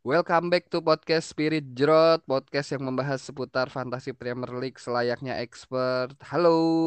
Welcome back to podcast Spirit Jrot, podcast yang membahas seputar fantasi Premier League selayaknya expert. Halo.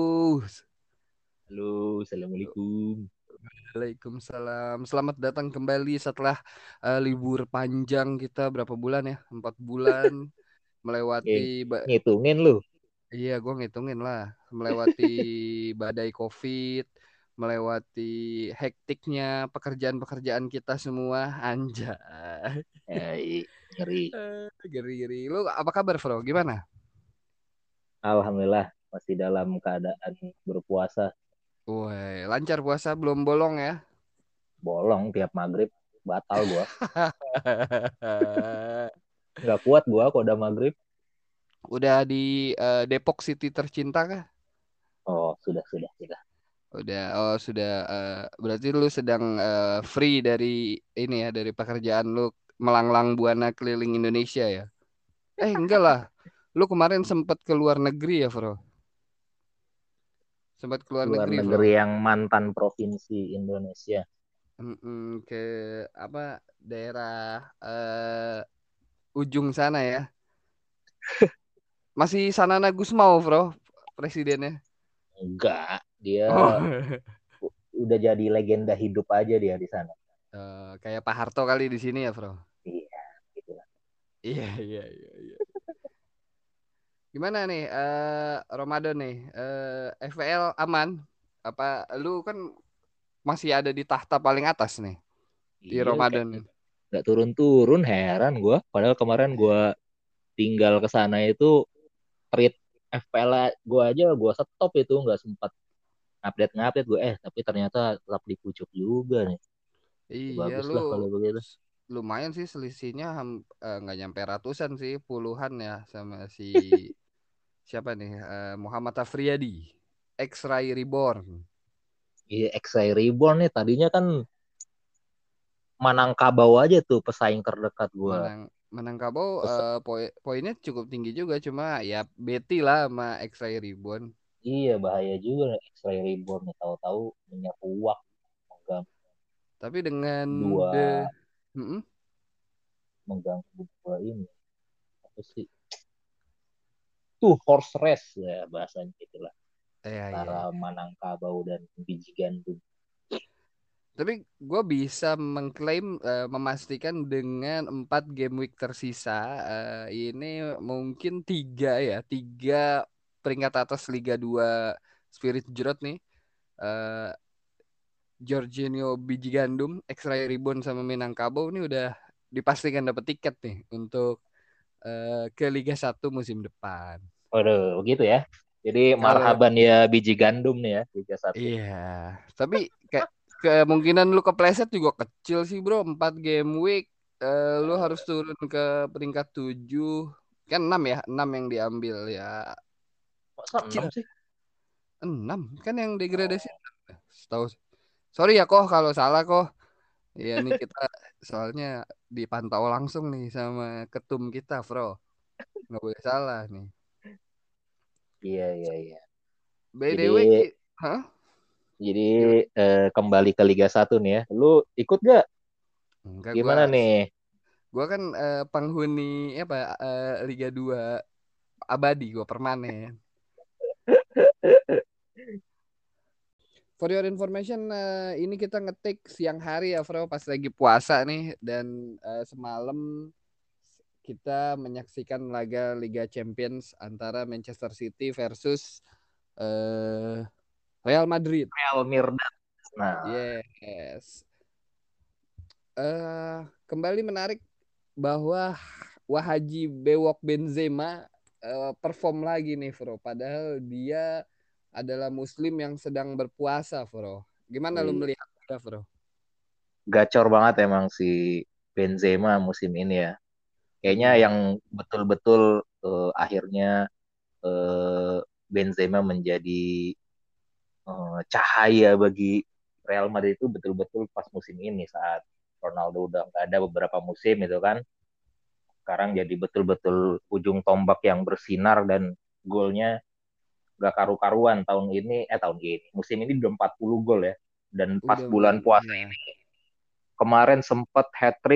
Halo, assalamualaikum. Waalaikumsalam. Selamat datang kembali setelah libur panjang kita berapa bulan ya? 4 bulan melewati Eh, ngitungin lu. iya, gue ngitungin lah, melewati badai COVID, melewati hektiknya pekerjaan-pekerjaan kita semua. Anjay. Ngeri. Geri-geri. Lu apa kabar, Bro? Gimana? Alhamdulillah masih dalam keadaan berpuasa. Woi, lancar puasa belum bolong ya? Bolong tiap maghrib. Batal gua. Nggak kuat gua kalau udah maghrib. Udah di Depok City tercinta kah? Oh, sudah. Udah, oh sudah. Berarti lu sedang free dari ini ya, dari pekerjaan lu melanglang buana keliling Indonesia ya? Enggak lah. Lu kemarin sempat ke luar negeri ya, Bro? Sempat ke luar Luar negeri, Bro. negeri yang mantan provinsi Indonesia. Ke apa daerah ujung sana ya? Masih Sanana Gusmao, Bro, presidennya. Enggak, dia Oh. udah jadi legenda hidup aja dia di sana. Kayak Pak Harto kali di sini ya, Bro. Iya, gitu lah. Iya, iya, iya, iya. Gimana nih Ramadan nih? FPL aman? Apa lu kan masih ada di tahta paling atas nih di Iya, kayak Ramadan? nggak turun-turun, heran gua. Padahal kemarin gua tinggal ke sana itu treat FPL gue aja gue stop itu nggak sempat ngupdate gue tapi ternyata tetap di pucuk juga nih. Ya, Iya, bagus lu lah kalau begitu. lumayan sih selisihnya nggak nyampe ratusan sih, puluhan ya sama si siapa nih? Muhammad Afriyadi, X-Ray Reborn. Iya, XI Reborn nih tadinya kan Manangkabau aja tuh pesaing terdekat gue. Menang Menangkabau Pes- poinnya cukup tinggi juga cuma ya Betty lah sama X-Ray Reborn. iya bahaya juga XI Reborn nih tahu-tahu minyak uak mengganggu Tapi dengan dua the Mm-mm. mengganggu dua ini apa sih tuh horse race ya bahasanya itulah Iya, iya, antara iya. Manangkabau dan biji gandum. Tapi gue bisa mengklaim memastikan dengan 4 game week tersisa ini mungkin tiga peringkat atas Liga 2 Spirit Jrot nih. eh Jorginho Biji Gandum, X-Ray Ribbon sama Minangkabau ini udah dipastikan dapat tiket nih untuk ke Liga 1 musim depan. Waduh, begitu ya. Jadi Kalau marhaban ya biji gandum nih ya Liga 1. iya, tapi kayak kemungkinan lu kepleset juga kecil sih bro. 4 game week, lu harus turun ke peringkat 7. Kan 6 ya, 6 yang diambil ya. Masa Kecil. 6 sih? 6 kan yang degradasi. Oh, 6 ya. Setahu. Sorry ya kok kalau salah kok. Ya ini kita soalnya dipantau langsung nih sama ketum kita, bro. Nggak boleh salah nih. iya. Jadi BDW, hah? jadi Gimana? kembali ke Liga 1 nih ya. Lu ikut gak? Enggak, Gimana nih? gua kan penghuni apa Liga 2 abadi, gua permanen. For your information, ini kita ngetik siang hari ya, Bro, pas lagi puasa nih dan semalam kita menyaksikan laga Liga Champions antara Manchester City versus eh, Real Madrid. Real Mirdad. Nah, Yes. Kembali menarik bahwa Wahaji Bewok Benzema perform lagi nih, Bro. Padahal dia adalah Muslim yang sedang berpuasa, Bro. Gimana lu wih, melihat dia, Bro? gacor banget emang si Benzema musim ini ya. Kayaknya Mm-mm. yang betul-betul akhirnya eh, Benzema menjadi cahaya bagi Real Madrid itu betul-betul pas musim ini saat Ronaldo udah nggak ada beberapa musim itu kan. Sekarang jadi betul-betul ujung tombak yang bersinar dan golnya gak karu-karuan tahun ini musim ini udah 40 gol ya dan pas Udah, bulan puasa ya. kemarin sempet hat trick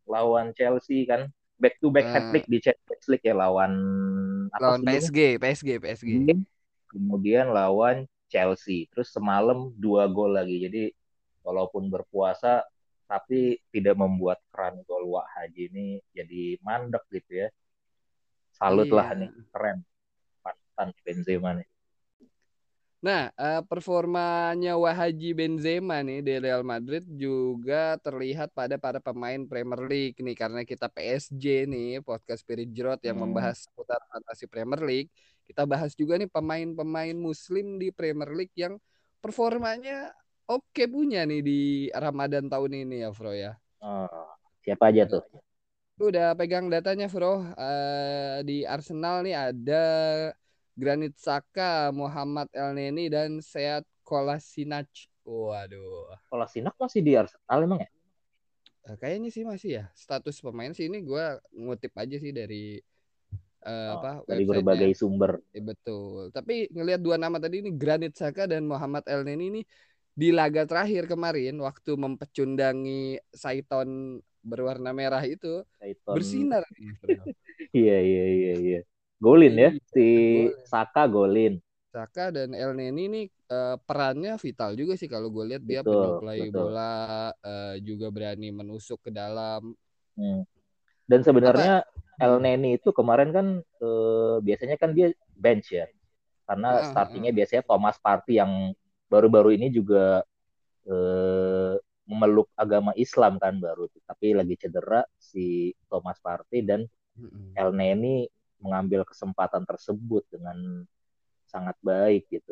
lawan Chelsea kan, back to back hat Eh, trick di Champions League ya, lawan apa lawan sebelumnya, PSG. kemudian lawan Chelsea, terus semalam 2 gol lagi. Jadi walaupun berpuasa tapi tidak membuat keran gol Wak Haji ini jadi mandek gitu ya. Salut lah Iya. nih, keren, panutan Benzema nih. Nah, performanya Wahaji Benzema nih di Real Madrid juga terlihat pada para pemain Premier League nih, karena kita PSG nih, podcast Spirit Jrot yang Hmm. membahas seputar fantasi Premier League. Kita bahas juga nih pemain-pemain Muslim di Premier League yang performanya oke punya nih di Ramadan tahun ini ya, Bro ya. Oh, siapa aja tuh? Lu udah pegang datanya, Bro. Di Arsenal nih ada Granit Xhaka, Muhammad Elneny, dan Sead Kolasinac. Waduh. Kalau Sinak masih di Arsenal emang ya? Kayaknya sih masih ya. Status pemain sih ini gue ngutip aja sih dari Oh, apa dari websitenya. berbagai sumber. Betul. Tapi ngelihat dua nama tadi ini, Granit Xhaka dan Muhammad Elneny ini di laga terakhir kemarin waktu mempecundangi Saiton berwarna merah itu Brighton. bersinar nih, Bro. Iya, iya, iya, iya. Golin ya, Iya, si gol. Saka golin. Saka dan El Neni ini perannya vital juga sih kalau gue lihat, dia Betul, penyuplai betul. bola, juga berani menusuk ke dalam. Hmm. Dan Apa? sebenarnya El Hmm. Neni itu kemarin kan biasanya kan dia bench ya. Karena Heeh, heeh. startingnya biasanya Thomas Partey yang baru-baru ini juga eh, memeluk agama Islam kan baru. Tapi lagi cedera si Thomas Partey dan Mm-mm. El Neni mengambil kesempatan tersebut dengan sangat baik gitu.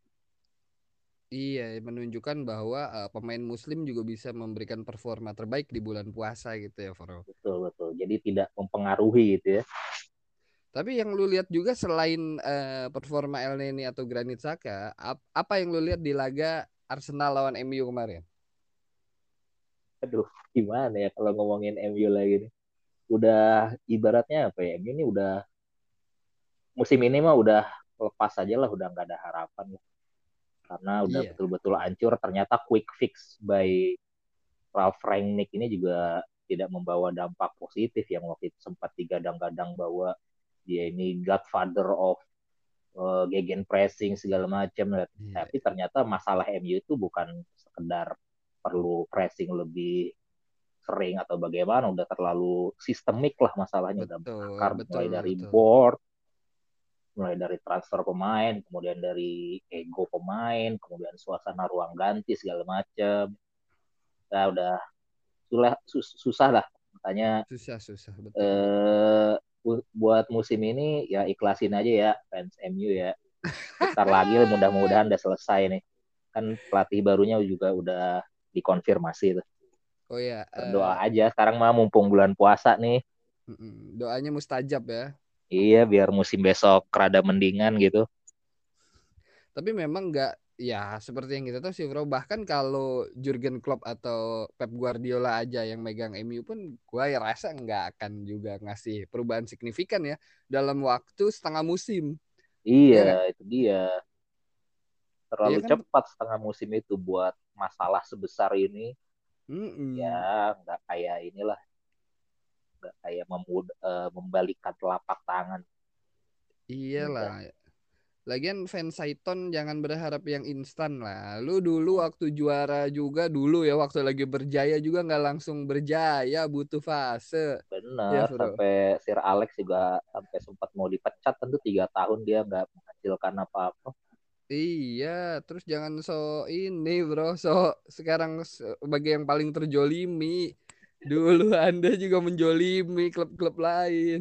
Iya, menunjukkan bahwa pemain Muslim juga bisa memberikan performa terbaik di bulan puasa gitu ya, Foro. Betul, betul. Jadi tidak mempengaruhi gitu ya. Tapi yang lu lihat juga selain performa El Neni atau Granit Xhaka, apa yang lu lihat di laga Arsenal lawan MU kemarin? Aduh, gimana ya kalau ngomongin MU lagi nih. Udah ibaratnya apa ya? MU ini udah musim ini mah udah lepas aja lah, udah nggak ada harapan lah. Karena udah Iya, betul-betul hancur. Ternyata quick fix by Ralf Rangnick ini juga tidak membawa dampak positif yang waktu itu sempat digadang-gadang bahwa dia ini godfather of gegen pressing segala macam. Tapi iya, ternyata masalah MU itu bukan sekedar perlu pressing lebih sering atau bagaimana, udah terlalu sistemik lah masalahnya, udah betul, berakar betul, mulai dari betul. board, mulai dari transfer pemain, kemudian dari ego pemain, kemudian suasana ruang ganti segala macam. Ya udah susah lah, makanya Susah, susah, betul, betul. eh, buat musim ini ya ikhlasin aja ya fans MU ya. Bentar lagi mudah-mudahan udah selesai nih. Kan pelatih barunya juga udah dikonfirmasi tuh. Oh ya, Berdoa aja sekarang mah mumpung bulan puasa nih. doanya mustajab ya. Iya, biar musim besok rada mendingan gitu. Tapi memang nggak, ya seperti yang kita tahu sih, Bro. Bahkan kalau Jurgen Klopp atau Pep Guardiola aja yang megang MU pun, gua ya rasa nggak akan juga ngasih perubahan signifikan ya dalam waktu setengah musim. Iya, Ya nggak? itu dia. Iya Terlalu kan? cepat setengah musim itu buat masalah sebesar ini. Ya, Mm-mm. nggak kayak inilah, nggak kayak membalikkan telapak tangan. Mudah. Iyalah. Lagian fans Saiton jangan berharap yang instan lah. Lu dulu Hmm. waktu juara juga dulu ya, waktu lagi berjaya juga nggak langsung berjaya, butuh fase. Ya, Bener, Bro. sampai Sir Alex juga sampai sempat mau dipecat, tentu 3 tahun dia nggak menghasilkan apa-apa. Iya, terus jangan so ini, Bro, so sekarang sebagai yang paling terjolimi. Dulu Anda juga menjolimi klub-klub lain.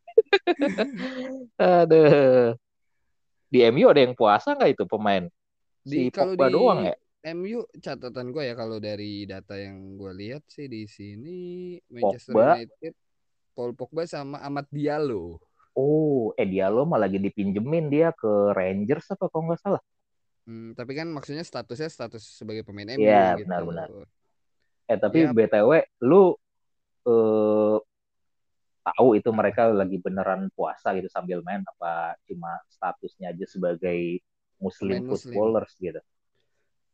Aduh, di MU ada yang puasa nggak itu pemain? Di Si kalau Pogba di doang ya? MU, catatan gue ya, kalau dari data yang gue lihat sih di sini Manchester Pogba. United, Paul Pogba sama Amad Diallo. Oh, Diallo mah lagi dipinjemin dia ke Rangers apa kalau nggak salah. Tapi kan maksudnya statusnya status sebagai pemain MU Iya, gitu. benar-benar. Tapi Ya, BTW, lu eh, tahu itu mereka lagi beneran puasa gitu sambil main apa cuma statusnya aja sebagai Muslim pemain Muslim. footballers gitu?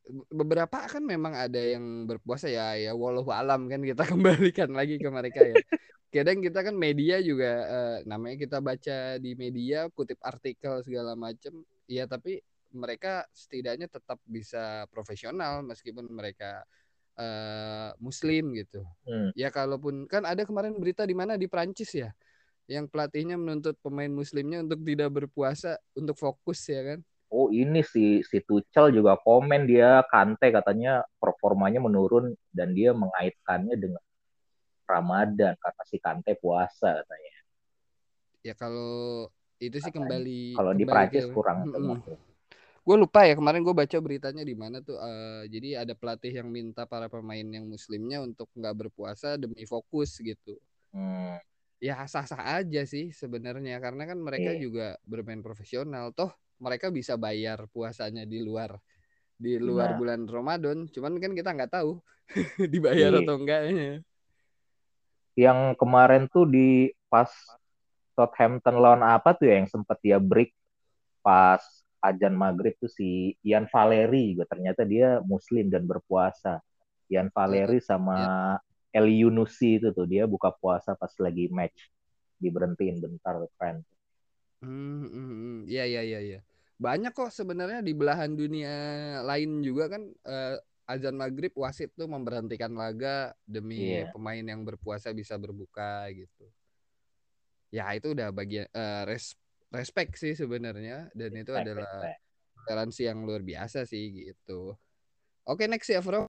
beberapa kan memang ada yang berpuasa ya, ya walau alam kan kita kembalikan lagi ke mereka ya. Kadang kita kan media juga namanya kita baca di media, kutip artikel segala macam, ya tapi mereka setidaknya tetap bisa profesional meskipun mereka Muslim gitu. Hmm. Ya kalaupun kan ada kemarin berita di mana di Prancis ya, yang pelatihnya menuntut pemain Muslimnya untuk tidak berpuasa untuk fokus ya kan. Oh ini si Tuchel juga komen dia Kante katanya performanya menurun dan dia mengaitkannya dengan Ramadan karena si Kante puasa katanya. Ya kalau itu sih Katanya. kembali Kalau di kembali ke Prancis kurang dengar tuh. gue lupa ya kemarin gue baca beritanya di mana tuh jadi ada pelatih yang minta para pemain yang muslimnya untuk nggak berpuasa demi fokus gitu. Hmm, Ya sah-sah aja sih sebenarnya karena kan mereka iya, juga bermain profesional toh mereka bisa bayar puasanya di luar benar. bulan Ramadan cuman kan kita nggak tahu dibayar Iya. atau enggaknya. Yang kemarin tuh di pas Southampton lawan apa tuh ya yang sempat dia break pas ajan maghrib tuh si Ian Valeri juga ternyata dia Muslim dan berpuasa. Ian Eh, Valeri sama ya. El Yunusi itu tuh dia buka puasa pas lagi match diberhentiin bentar keren. Iya, iya, iya, iya. Banyak kok sebenarnya di belahan dunia lain juga kan azan maghrib wasit tuh memberhentikan laga demi Iya, pemain yang berpuasa bisa berbuka gitu. Ya itu udah bagian respect sih sebenarnya dan itu respect, adalah respect. toleransi yang luar biasa sih gitu. Oke next ya Bro.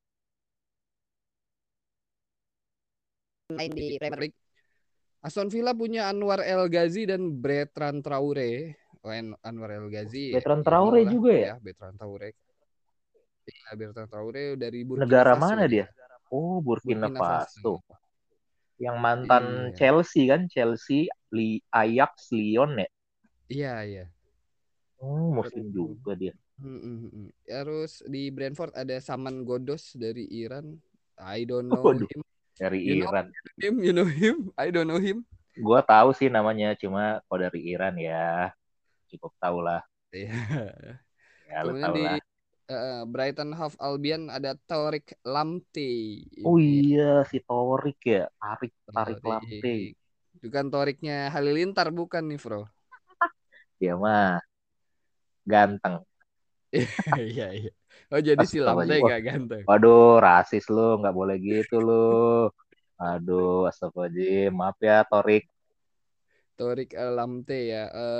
Main di Premier League. Aston Villa punya Anwar El Ghazi dan Bertrand Traore. Oh, Anwar El Ghazi Bertrand you know Traore lah juga ya? ya Bertrand Traore. Ya, Bertrand Traore dari Burkina Negara Faso mana dia. dia? Oh, Burkina Burkina Faso. Faso. Yang mantan Iya. Chelsea kan, Chelsea, Ajax, Lyon ya. Iya, iya. Oh, Muslim Terus, juga dia. Terus di Brentford ada Saman Ghoddos dari Iran. I don't know Waduh, him. dari You know Iran. him? You know him? I don't know him. Gua tahu sih namanya, cuma kalau dari Iran ya cukup tahu lah. Iya. Ya lu Kemudian tahu di lah. Brighton Hove Albion ada Tariq Lamptey. Oh Ini iya si Torik ya, tarik tarik Tariq. Lamptey. Bukan Toriknya Halilintar bukan nih, Bro. Dia mah ganteng. Iya, iya. Oh, jadi si Lamptey Astagfirullahaladzim. gak ganteng. Waduh, rasis lu, nggak boleh gitu lu. Aduh, astagfirullahaladzim. Maaf ya, Torik. Torik Lamptey ya.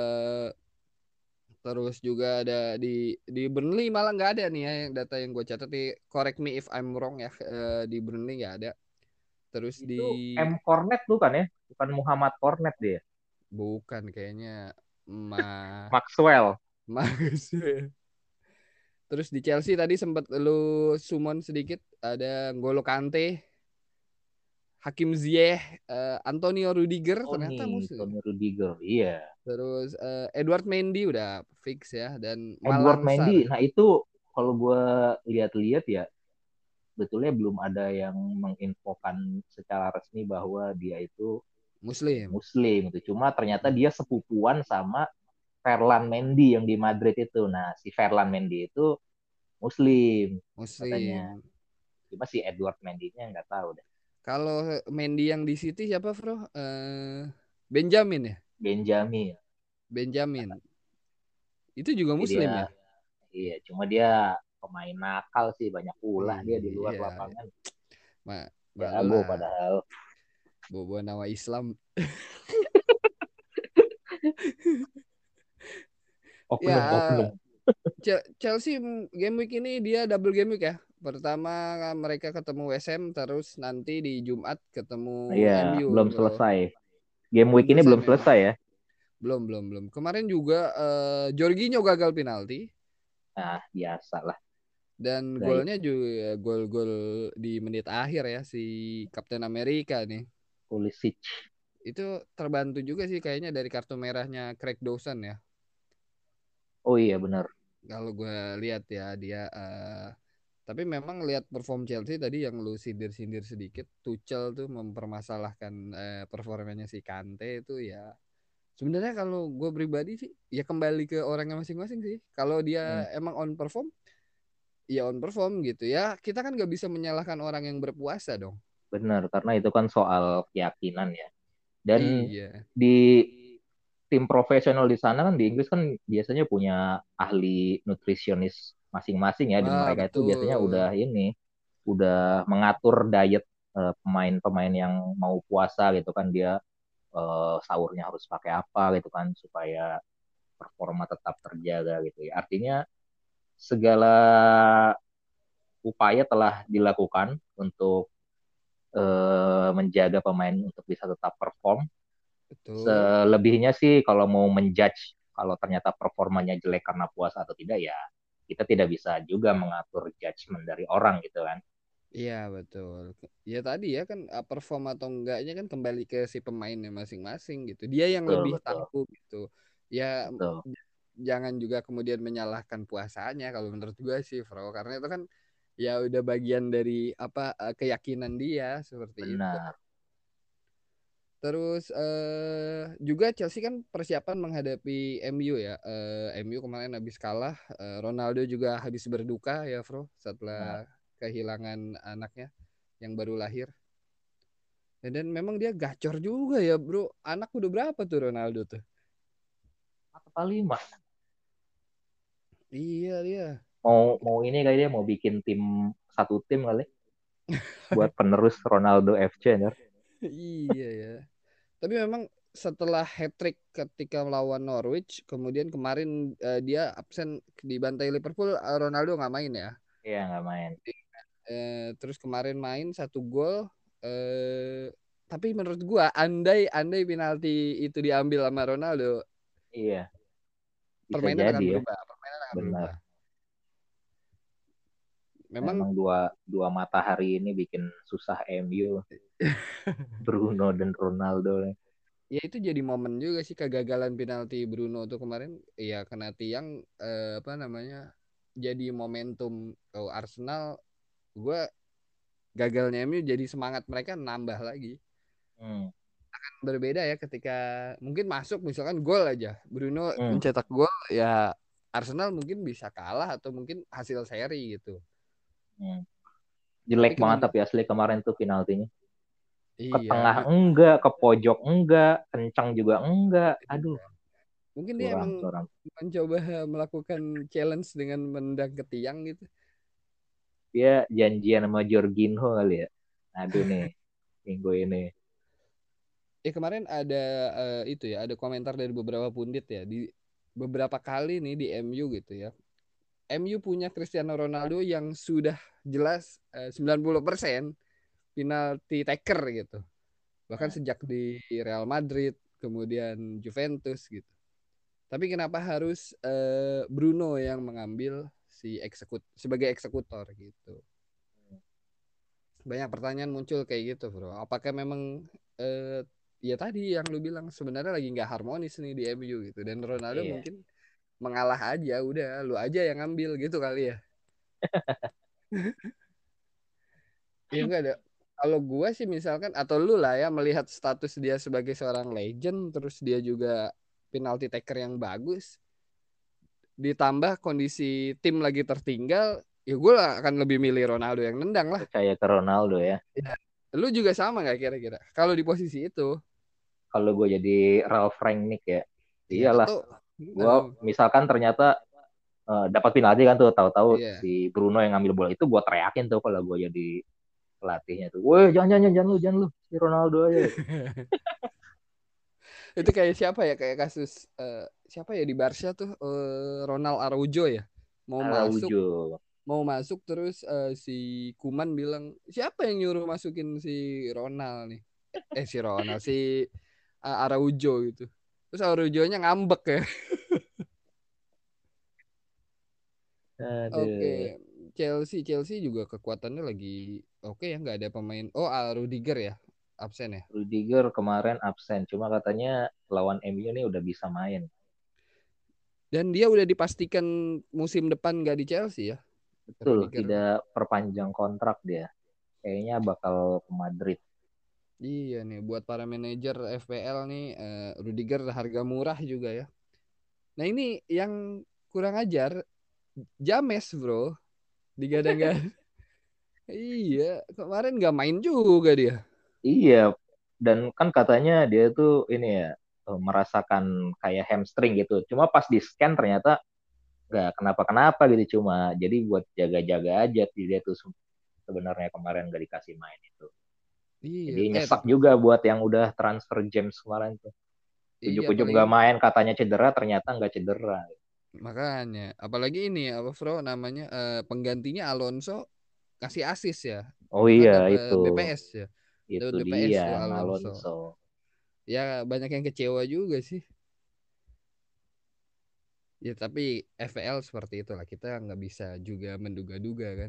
Terus juga ada di Burnley malah nggak ada nih ya yang data yang gue catat nih. Correct me if I'm wrong ya. Di Burnley nggak ada. Terus di Itu M. Cornet bukan ya? Bukan Muhammad Cornet dia. bukan kayaknya Ma Maxwell. Magus. Terus di Chelsea tadi sempat lu summon sedikit ada N'Golo Kante, Hakim Ziyech, Antonio Rudiger ternyata musuh. Tony Rudiger. Iya. Terus Edward Mendy udah fix ya dan Edward Malang Mendy. Sarr Nah itu kalau gue lihat-lihat ya, betulnya belum ada yang menginfokan secara resmi bahwa dia itu Muslim. Muslim gitu. Cuma ternyata dia sepupuan sama Ferland Mendy yang di Madrid itu. Nah, si Ferland Mendy itu Muslim katanya. Muslim. Cuma si Edward Mendy-nya nggak tahu deh. Kalau Mendy yang di City siapa, Bro? Benjamin ya? Benjamin. Benjamin. Itu juga Tapi Muslim dia, ya? iya, cuma dia pemain nakal sih, banyak ulah dia di luar Iya, lapangan. malu Jago lah. padahal. Bawa nama Islam. Ya, Oknum-oknum. Chelsea game week ini dia double game week ya. Pertama mereka ketemu West Ham, terus nanti di Jumat ketemu Iya, MU, belum bro. selesai. Game Belum week ini selesai belum memang. selesai ya. Belum, belum, belum. Kemarin juga Jorginho gagal penalti Nah, biasa lah. dan Gaya golnya juga gol-gol di menit akhir ya si Kapten Amerika nih. Pulisic. Itu terbantu juga sih kayaknya dari kartu merahnya Craig Dawson ya. Oh iya benar. Kalau gue lihat ya dia tapi memang lihat perform Chelsea tadi yang lu sindir-sindir sedikit, Tuchel tuh mempermasalahkan performanya si Kante itu ya. Sebenarnya kalau gue pribadi sih ya kembali ke orangnya masing-masing sih. Kalau dia Hmm. emang on perform ya on perform gitu ya. Kita kan nggak bisa menyalahkan orang yang berpuasa dong. Benar, karena itu kan soal keyakinan ya. Dan Iya. di tim profesional di sana kan di Inggris kan biasanya punya ahli nutrisionis masing-masing ya, dan Wah, mereka itu biasanya betul. udah mengatur diet pemain-pemain yang mau puasa gitu kan, dia sahurnya harus pakai apa gitu kan supaya performa tetap terjaga gitu ya. Artinya segala upaya telah dilakukan untuk menjaga pemain untuk bisa tetap perform. Betul. Selebihnya sih kalau mau menjudge kalau ternyata performanya jelek karena puasa atau tidak ya kita tidak bisa juga mengatur judgement dari orang gitu kan. Iya, betul. Ya tadi ya kan perform atau enggaknya kan kembali ke si pemainnya masing-masing gitu. Dia yang Betul, lebih betul, tahu gitu. Ya betul. jangan juga kemudian menyalahkan puasanya kalau menurut gue sih, Bro. Karena itu kan ya udah bagian dari apa keyakinan dia seperti itu. Benar. Terus juga Chelsea kan persiapan menghadapi MU ya. MU kemarin habis kalah, Ronaldo juga habis berduka ya, Bro, Benar. setelah kehilangan anaknya yang baru lahir. Dan memang dia gacor juga ya, Bro. Anak udah berapa tuh Ronaldo tuh? Apa lima? Iya dia. Mau mau ini kali dia mau bikin tim, satu tim kali buat penerus Ronaldo FC ya. Iya ya. Tapi memang setelah hat-trick ketika melawan Norwich, kemudian kemarin dia absen dibantai Liverpool, Ronaldo nggak main ya. Iya nggak main. Terus kemarin main 1 gol. Eh, tapi menurut gua, andai andai penalti itu diambil sama Ronaldo, Iya, bisa permainan akan jadi ya. berubah. Permainan akan Benar. berubah. Memang Memang dua dua matahari ini bikin susah MU, Bruno dan Ronaldo. ya itu jadi momen juga sih kegagalan penalti Bruno tuh kemarin. Ya kena tiang, apa namanya? Jadi momentum Arsenal. Gua gagalnya MU jadi semangat mereka nambah lagi. Hmm. Berbeda ya ketika mungkin masuk misalkan gol aja Bruno Hmm. mencetak gol ya Arsenal mungkin bisa kalah atau mungkin hasil seri gitu. Hmm. Tapi Jelek banget kemudian tapi asli kemarin tuh penaltinya. Ke iya tengah enggak, ke pojok enggak, kencang juga enggak. Aduh, mungkin dia suram, emang suram. mencoba melakukan challenge dengan menendang ke tiang gitu. Dia janjian sama Jorginho kali ya. Aduh nih, minggu ini. Ya kemarin ada itu ya ada komentar dari beberapa pundit ya di beberapa kali nih di MU gitu ya. MU punya Cristiano Ronaldo yang sudah jelas 90% penalti taker gitu. Bahkan Nah, sejak di Real Madrid, kemudian Juventus gitu. Tapi kenapa harus Bruno yang mengambil sebagai eksekutor gitu? Banyak pertanyaan muncul kayak gitu, Bro. Apakah memang ya tadi yang lu bilang sebenarnya lagi nggak harmonis nih di MU gitu dan Ronaldo iya. mungkin mengalah aja, udah lu aja yang ngambil gitu kali ya. Ya enggak ada. Kalau gua sih misalkan atau lu lah ya melihat status dia sebagai seorang legend terus dia juga penalti taker yang bagus ditambah kondisi tim lagi tertinggal ya gue akan lebih milih Ronaldo yang nendang lah Percaya ke Ronaldo ya. ya. Lu juga sama nggak kira-kira kalau di posisi itu Kalau gue jadi Ralf Rangnick ya, ya iyalah. atau Gue gimana misalkan ternyata dapat penalti kan tuh, tahu-tahu iya si Bruno yang ngambil bola itu gue teriakin tuh kalau gue jadi pelatihnya tuh. Woi, jangan jangan jangan lu, jangan lu, si Ronaldo aja. itu kayak siapa ya kayak kasus siapa ya di Barca tuh Ronald Araujo ya mau masuk Araujo. mau masuk terus si Kuman bilang siapa yang nyuruh masukin si Ronald nih si Ronald si Araujo gitu terus Araujonya ngambek ya. Oke, Aduh. Chelsea juga kekuatannya lagi oke ya, nggak ada pemain. Oh, Rudiger ya, absen ya. Rudiger kemarin absen, cuma katanya lawan MU nih udah bisa main. Dan dia udah dipastikan musim depan nggak di Chelsea ya, Betul, Rudiger. tidak perpanjang kontrak dia. Kayaknya bakal ke Madrid. Iya nih, buat para manajer FPL nih, Rudiger harga murah juga ya. Nah ini yang kurang ajar, James bro, digadang-gadang. Iya, kemarin nggak main juga dia. Iya, dan kan katanya dia tuh ini ya merasakan kayak hamstring gitu. Cuma pas di scan ternyata nggak kenapa-kenapa gitu. Cuma jadi buat jaga-jaga aja dia tuh sebenarnya kemarin nggak dikasih main itu. Iya, Jadi nyesek tapi juga buat yang udah transfer James kemarin tuh. iya Ujuk-ujuk apalagi nggak main katanya cedera, ternyata nggak cedera. makanya apalagi ini apa Bro namanya penggantinya Alonso kasih asis ya. Oh Bahkan iya dapat itu, BPS ya. itu Dapat BPS dia tuh yang Alonso. Alonso. Ya banyak yang kecewa juga sih. Ya tapi FPL seperti itulah kita nggak bisa juga menduga-duga kan.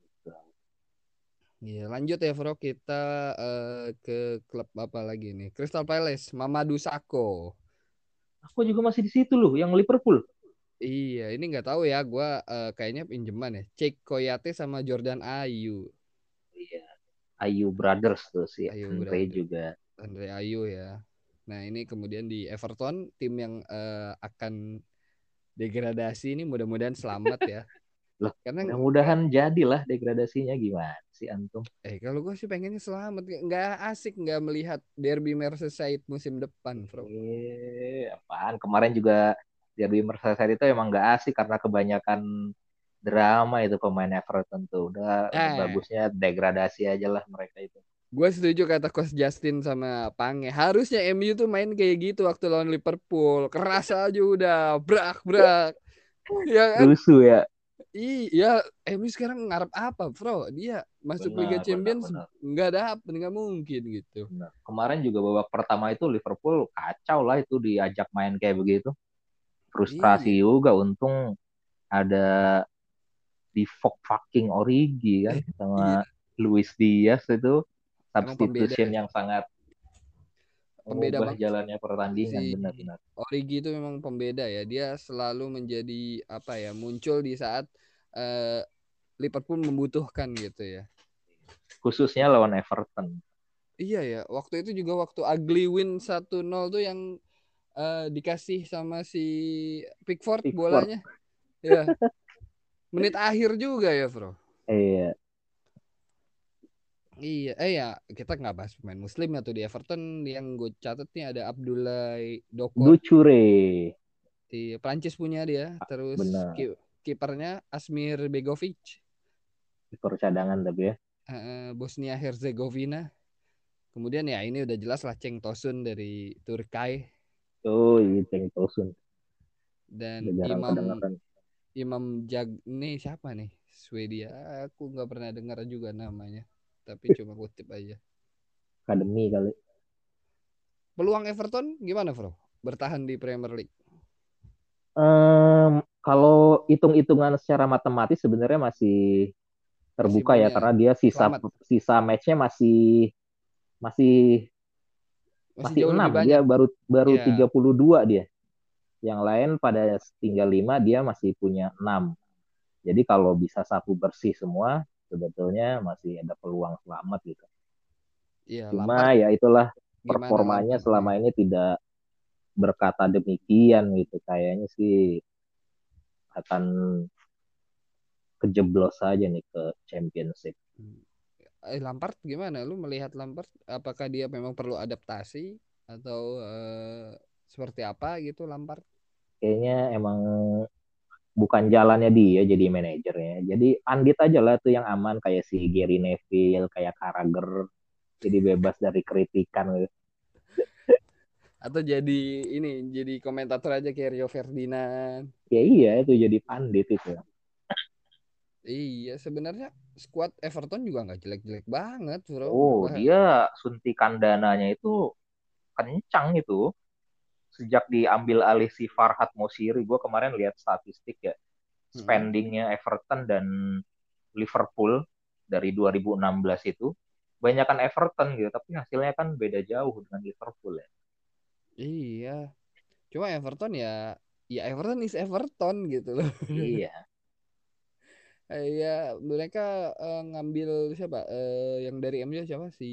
Iya lanjut ya Bro kita ke klub apa lagi nih Crystal Palace Mamadou Sakho. Aku juga masih di situ loh, yang Liverpool. Iya ini nggak tahu ya gue kayaknya pinjeman ya Cek Koyate sama Jordan Ayu. Iya, Ayu Brothers tuh si Ayu Andre berarti juga. Andre Ayu ya. Nah ini kemudian di Everton tim yang akan degradasi ini mudah-mudahan selamat ya. Loh, Karena mudah-mudahan jadilah degradasinya gimana sih antum? kalau gue sih pengennya selamat, nggak asik nggak melihat Derby Merseyside musim depan, bro. Apaan? Kemarin juga Derby Merseyside itu emang gak asik karena kebanyakan drama itu pemain Everton tuh. Udah Eh, bagusnya degradasi aja lah mereka itu. gue setuju kata Coach Justin sama Pange. Harusnya MU tuh main kayak gitu waktu lawan Liverpool. Keras aja udah, brak brak. Ya kan? Rusuh ya. Iya, MU sekarang ngarep apa, bro? Dia masuk Liga Benar, benar, Champions benar. nggak dapet, nggak mungkin gitu. Benar. Kemarin juga babak pertama itu Liverpool kacau lah itu diajak main kayak begitu. Frustrasi Iya, juga untung ada di fucking Origi kan iya. sama Luis Diaz itu Emang pembeda substitution ya. yang sangat Pembeda mengubah banget jalannya si pertandingan benar-benar. Origi itu memang pembeda ya. Dia selalu menjadi apa ya, muncul di saat eh, Liverpool membutuhkan gitu ya. Khususnya lawan Everton. Iya ya, waktu itu juga waktu ugly win 1-0 tuh yang dikasih sama si Pickford Pickford. bolanya. Ya, menit akhir juga ya, Bro. Iya, Iya, ya kita nggak bahas pemain Muslim ya tuh di Everton yang gue catat nih ada Abdullah Dokor Ducure. di Prancis punya dia, terus Benar. kipernya Asmir Begovic Kiper cadangan tapi ya. Bosnia Herzegovina. Kemudian ya ini udah jelas lah Cenk Tosun dari Turki Oh, iya Cenk Tosun. dan Udah jarang Imam kedengeran. Imam Jag ini siapa nih? Swedia. Aku nggak pernah dengar juga namanya. Tapi cuma kutip aja. Akademi kali. Peluang Everton gimana, Bro? Bertahan di Premier League. Kalau hitung-hitungan secara matematis sebenarnya masih Masih terbuka ya punya karena dia sisa selamat. sisa matchnya masih masih Masih masih jauh lebih 6. Dia banyak. baru baru Ya, 32 dia. Yang lain pada tinggal 5 dia masih punya 6. Jadi kalau bisa sapu bersih semua sebetulnya masih ada peluang selamat gitu. iya Lampard Cuma ya itulah gimana performanya Lampard nih? selama ini tidak berkata demikian gitu. Kayaknya sih akan kejeblos saja nih ke championship. Lampard gimana? Lu melihat Lampard apakah dia memang perlu adaptasi atau seperti apa gitu Lampard? Kayaknya emang bukan jalannya dia jadi manajernya. Jadi Andit aja lah tuh yang aman kayak si Gary Neville, kayak Carragher. Jadi bebas dari kritikan gitu. Atau jadi ini jadi komentator aja kayak Rio Ferdinand. Ya iya itu jadi pandit itu. Iya, sebenarnya skuad Everton juga nggak jelek-jelek banget, bro. Oh, Bah, dia suntikan dananya itu kencang itu. Sejak diambil alih si Farhad Mosiri, gue kemarin lihat statistik ya. mm-mm. Spendingnya Everton dan Liverpool dari 2016 itu, banyakan Everton gitu. Tapi hasilnya kan beda jauh dengan Liverpool ya. Iya, cuma Everton ya, ya Everton is Everton gitu loh. Iya, Ya mereka ngambil siapa? Yang dari MU siapa? Si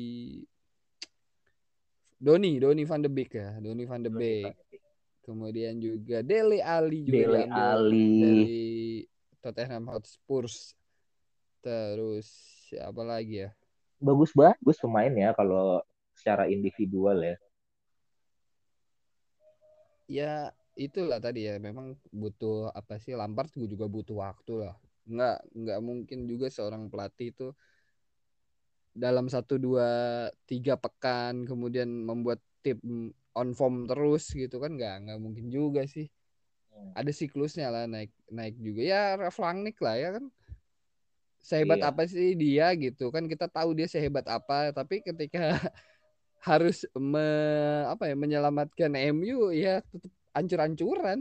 Doni van de Beek ya, Doni van de Beek. Kemudian juga Dele Alli juga Dele diambil Ali, dari Tottenham Hotspur. Terus siapa lagi ya? Bagus-bagus pemainnya kalau secara individual ya. Ya itulah tadi ya, memang butuh apa sih, Lampard juga butuh waktu lah. Nggak mungkin juga seorang pelatih itu dalam 1 2 3 pekan kemudian membuat tim on form terus gitu kan, nggak mungkin juga sih. Hmm, Ada siklusnya lah, naik naik juga ya. Ralf Rangnick lah ya kan, sehebat iya. apa sih dia gitu kan, kita tahu dia sehebat apa, tapi ketika harus apa ya, menyelamatkan MU ya tetap ancur-ancuran.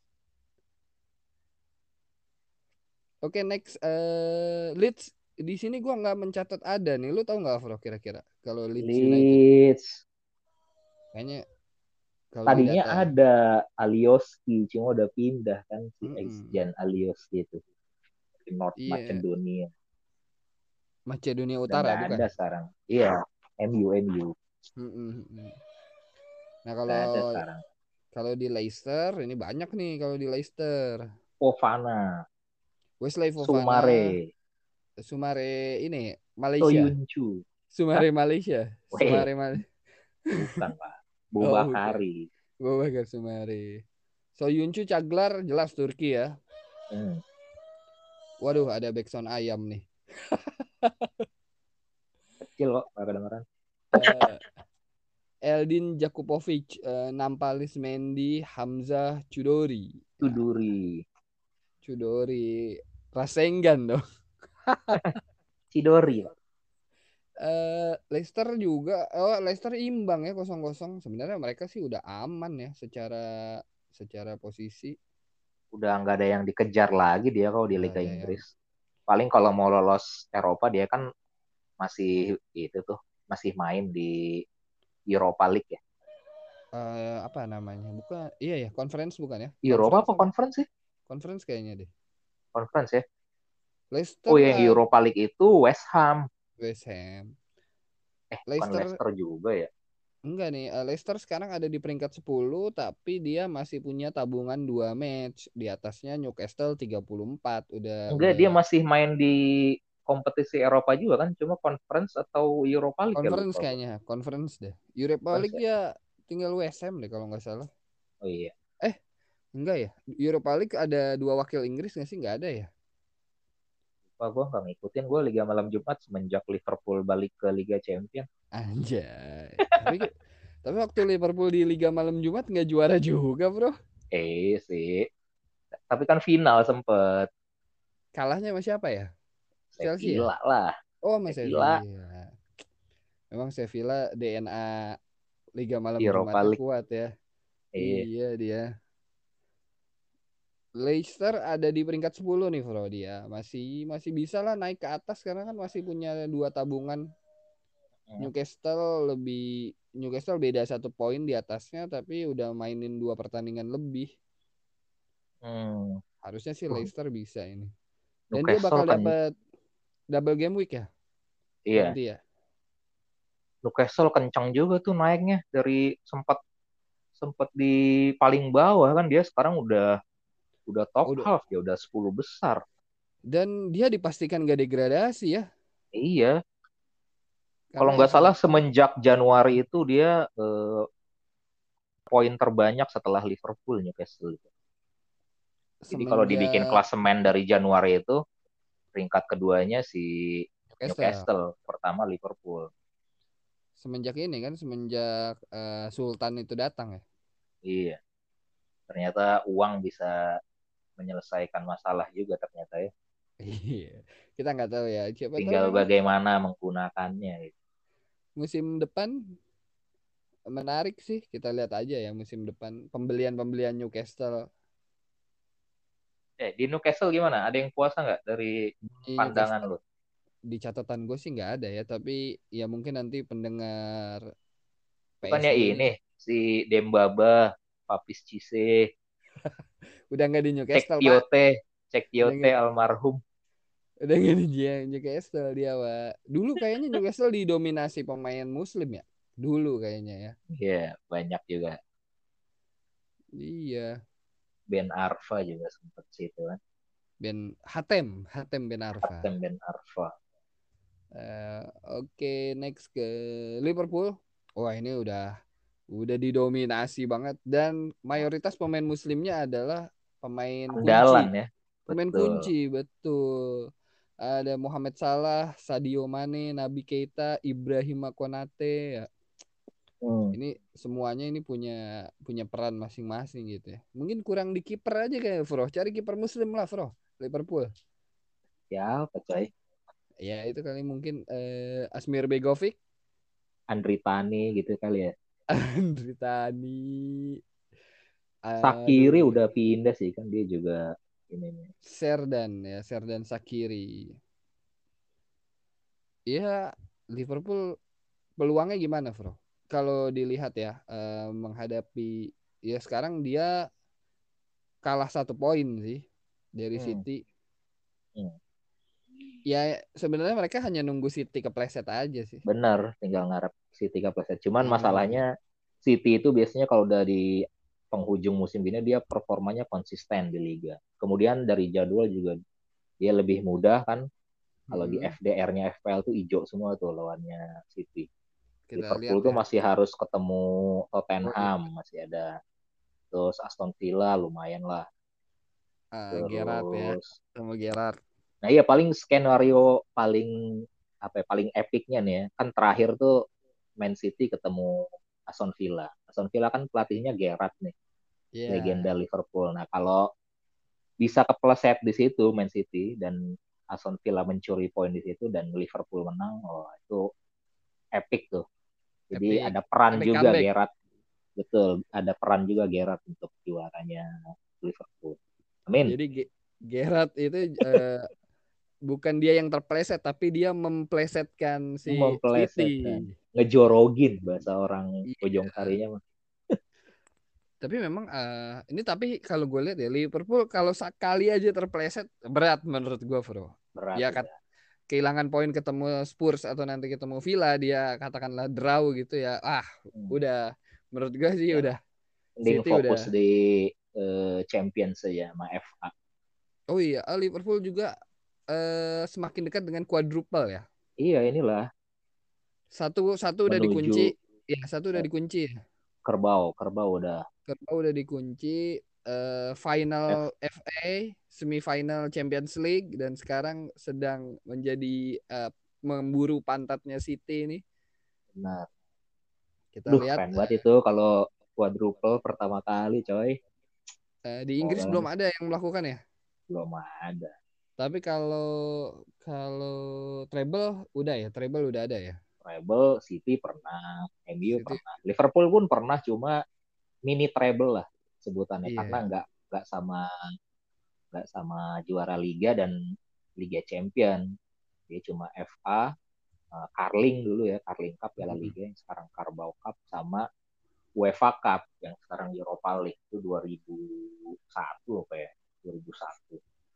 Oke, next, Leeds. Di sini gua nggak mencatat ada nih. Lu tahu nggak, Bro, kira-kira kalau Leeds United? Leeds Kayaknya kalau di tadinya data, ada Alioski, cuma udah pindah kan si mm-mm. ex-Jan Alioski itu di North Iya, Macedonia. Macedonia Udah Utara nggak bukan? ada sekarang. Iya, MU. Mm-mm. Nah, Nggak kalau ada sekarang. kalau di Leicester ini banyak nih kalau di Leicester. Fofana, Wesley Fofana, Sumare, Sumare ini Malaysia. Soyuncu. Hah? Sumare Malaysia. Weh, Sumare Malaysia. bukan Pak. Oh, bukan. Bubakari. Bobakar Sumare. Soyuncu Caglar jelas Turki ya. Hmm, Waduh, ada backsound ayam nih. kecil kok, nggak kedengeran. Eh, Eldin Jakupovic, Nampalis Mendy, Hamzah Chudori. Ya, Tuduri. Chudori. Rasengan dong. Sidori, Pak. Leicester juga, oh Leicester imbang ya 0-0. Sebenarnya mereka sih udah aman ya secara secara posisi. Udah nggak ada yang dikejar lagi dia kalau di Nggak Liga ada yang Inggris. Paling kalau mau lolos Eropa dia kan masih itu tuh, masih main di Europa League ya. apa namanya? Bukan, iya ya, conference bukan ya? Europa Conference apa apa? conference sih? Conference kayaknya deh. Conference ya. Oh, Leicester, yang Europa League itu West Ham. West Ham. Bukan Leicester Leicester juga ya. enggak nih, Leicester sekarang ada di peringkat 10 tapi dia masih punya tabungan 2 match. Di atasnya Newcastle 34. Enggak, Udah dia masih main di kompetisi Eropa juga kan, cuma conference atau Europa League ya, conference lupa gua. kayaknya, conference deh. Europa Conference League ya. ya tinggal West Ham deh kalau nggak salah. Oh iya. Eh, enggak ya. Europa League ada 2 wakil Inggris nggak sih? Nggak ada ya? Wah, gue nggak ngikutin. Gue Liga Malam Jumat semenjak Liverpool balik ke Liga Champion. Anjay. Tapi waktu Liverpool di Liga Malam Jumat nggak juara juga, Bro. Sih. Tapi kan final sempet. Kalahnya sama siapa ya? Chelsea ya? Sevilla lah. Oh, sama Sevilla Sevilla. Memang Sevilla DNA Liga Malam Europa Jumatnya League. kuat ya. Iya. Iya dia. Leicester ada di peringkat 10 nih, Bro, dia. Masih masih bisa lah naik ke atas karena kan masih punya 2 tabungan. Hmm. Newcastle beda 1 poin di atasnya tapi udah mainin 2 pertandingan lebih. Hmm. Harusnya sih Uh, Leicester bisa ini. Dan dia Newcastle bakal kan, dapat double game week ya iya. nanti ya. Newcastle kencang juga tuh naiknya dari sempat sempat di paling bawah kan, dia sekarang udah top Oh, half, dia udah 10 besar. dan dia dipastikan gak degradasi ya Iya, kalau karena nggak FA salah semenjak Januari itu dia poin terbanyak setelah Liverpool Newcastle. Jadi kalau dibikin semenjak klasemen dari Januari itu, peringkat keduanya si Newcastle. Newcastle, pertama Liverpool. Semenjak ini kan, semenjak Sultan itu datang ya. Iya, ternyata uang bisa menyelesaikan masalah juga ternyata ya. Iya, kita nggak tahu ya. Siapa tahu Tinggal memang bagaimana menggunakannya gitu. musim depan menarik sih. Kita lihat aja ya musim depan pembelian-pembelian Newcastle. Di Newcastle gimana? Ada yang puasa nggak dari Di pandangan Newcastle lu? di catatan gue sih nggak ada ya. Tapi ya mungkin nanti pendengar Bukannya PSG ini ini si Dembaba, Papis Cisse, udah nggak di Cek Newcastle, Pak. Tiote, Cek Udah Tiote nggak almarhum. udah nggak di Newcastle dia, Pak. Dulu kayaknya Newcastle didominasi pemain Muslim ya. Dulu kayaknya ya. Iya, banyak juga. Iya. Ben Arfa juga sempet situ kan. Hatem Ben Arfa. Kapten Ben Arfa. Oke, next ke Liverpool. Wah, ini udah didominasi banget dan mayoritas pemain muslimnya adalah pemain Andalan kunci. ya. Pemain Betul. kunci, betul. Ada Mohamed Salah, Sadio Mane, Naby Keita, Ibrahim Konate ya. Hmm. Ini semuanya ini punya punya peran masing-masing gitu ya. Mungkin kurang di kiper aja kayak Bro. Cari kiper muslim lah, Bro. Liverpool. Siapa coy? Ya, itu kali mungkin Asmir Begovic, Andri Tani gitu kali ya. Andri Tani, Sakiri aduh, udah pindah sih kan dia juga ini nih. Serdan Sakiri. Ya, Liverpool peluangnya gimana, Bro? Kalau dilihat ya, menghadapi ya sekarang dia kalah 1 poin sih dari Hmm. City. Hmm. Ya sebenarnya mereka hanya nunggu City kepleset aja sih. Bener, tinggal ngarep City kepleset. Cuman masalahnya Iya. City itu biasanya kalau dari penghujung musim gini dia performanya konsisten di liga. Kemudian dari jadwal juga dia lebih mudah kan. Kalau di Mm-mm. FDR-nya FPL tuh hijau semua tuh lawannya City. Kita Liverpool lihat tuh ya. masih harus ketemu Oh iya. Tottenham, masih ada terus Aston Villa lumayan lah. Gerrard ya, Terus sama Gerrard. nah iya paling skenario paling apa ya, paling epicnya nih ya. Kan terakhir tuh Man City ketemu Aston Villa. Aston Villa kan pelatihnya Gerrard nih, legenda Iya. Liverpool. Nah, kalau bisa kepleset di situ Man City dan Aston Villa mencuri poin di situ dan Liverpool menang, oh itu epic tuh. Jadi Epic, ada peran epic juga comeback. Gerrard, betul, ada peran juga Gerrard untuk juaranya Liverpool. Amin. Jadi Gerrard itu bukan dia yang terpleset, tapi dia memplesetkan si City. Memplesetkan, ngejorogin bahasa orang Iya. ujung sarinya mah. Tapi memang ini tapi kalau gue lihat ya Liverpool kalau sekali aja terpleset berat menurut gue, Bro. Berat Ya ya. kehilangan poin ketemu Spurs atau nanti ketemu Villa dia katakanlah draw gitu ya. Hmm. Udah menurut gue sih Ya udah mending City fokus udah. di Champions saja sama FA. Oh iya, Liverpool juga semakin dekat dengan quadruple ya. Iya inilah Satu satu udah dikunci, menuju ya satu udah dikunci ya. kerbau, kerbau udah Kedua udah dikunci, final F. FA, semifinal Champions League dan sekarang sedang menjadi memburu pantatnya City ini. Nah, Kita duh lihat keren banget itu kalau quadruple pertama kali coy. di Inggris Semoga belum ada yang melakukan ya. belum ada. Tapi kalau kalau treble udah ya, treble udah ada ya. Treble City pernah, MU City, pernah, Liverpool pun pernah cuma mini treble lah sebutannya karena iya. nggak sama juara liga dan Liga Champion. Dia cuma FA, Carling dulu ya, Carling Cup Piala Mm. Liga yang sekarang Carabao Cup sama UEFA Cup yang sekarang Europa League itu 2001 apa ya? 2001.